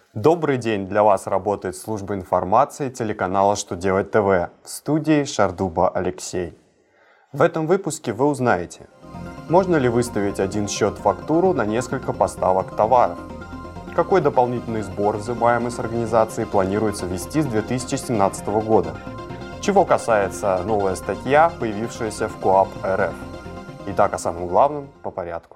Добрый день! Для вас работает служба информации телеканала «Что делать ТВ», в студии Шардуба Алексей. В этом выпуске вы узнаете, можно ли выставить один счет-фактуру на несколько поставок товаров, какой дополнительный сбор, взимаемый с организации, планируется ввести с 2017 года, чего касается новая статья, появившаяся в КоАП РФ. Итак, о самом главном по порядку.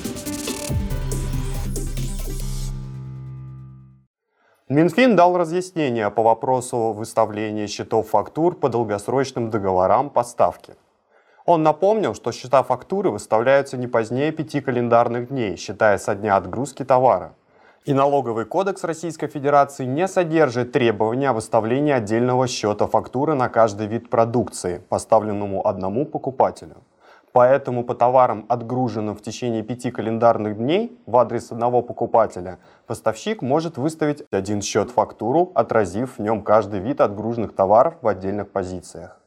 Минфин дал разъяснение по вопросу выставления счетов-фактур по долгосрочным договорам поставки. Он напомнил, что счета фактуры выставляются не позднее 5 календарных дней, считая со дня отгрузки товара. И налоговый кодекс Российской Федерации не содержит требования о выставлении отдельного счета фактуры на каждый вид продукции, поставленному одному покупателю. Поэтому по товарам, отгруженным в течение 5 календарных дней в адрес одного покупателя, поставщик может выставить один счет-фактуру, отразив в нем каждый вид отгруженных товаров в отдельных позициях.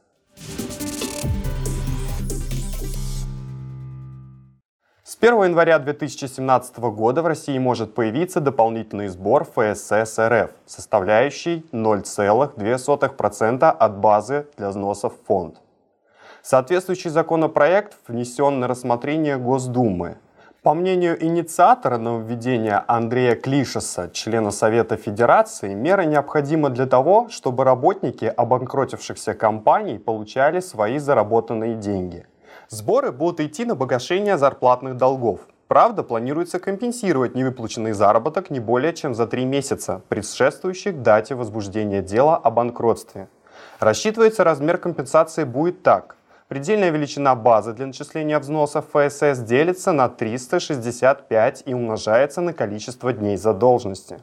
С 1 января 2017 года в России может появиться дополнительный сбор ФСС РФ, составляющий 0,02% от базы для взносов в фонд. Соответствующий законопроект внесен на рассмотрение Госдумы. По мнению инициатора нововведения Андрея Клишеса, члена Совета Федерации, мера необходима для того, чтобы работники обанкротившихся компаний получали свои заработанные деньги. Сборы будут идти на погашение зарплатных долгов. Правда, планируется компенсировать невыплаченный заработок не более чем за 3 месяца, предшествующих дате возбуждения дела о банкротстве. Рассчитывается, размер компенсации будет так. Предельная величина базы для начисления взносов ФСС делится на 365 и умножается на количество дней задолженности.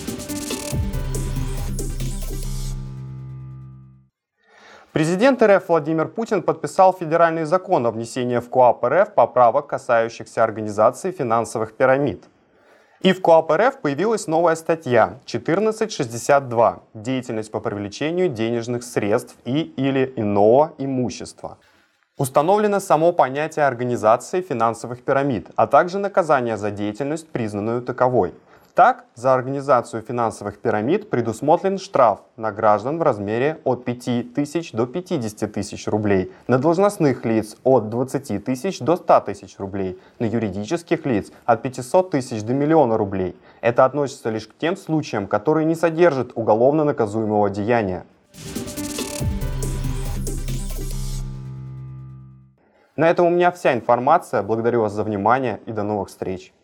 Президент РФ Владимир Путин подписал федеральный закон о внесении в КоАП РФ поправок, касающихся организации финансовых пирамид. И в КоАП РФ появилась новая статья 1462 «Деятельность по привлечению денежных средств и/или иного имущества». Установлено само понятие организации финансовых пирамид, а также наказание за деятельность, признанную таковой. Так, за организацию финансовых пирамид предусмотрен штраф на граждан в размере от 5 тысяч до 50 тысяч рублей, на должностных лиц от 20 тысяч до 100 тысяч рублей, на юридических лиц от 500 тысяч до 1 миллиона рублей. Это относится лишь к тем случаям, которые не содержат уголовно наказуемого деяния. На этом у меня вся информация. Благодарю вас за внимание и до новых встреч.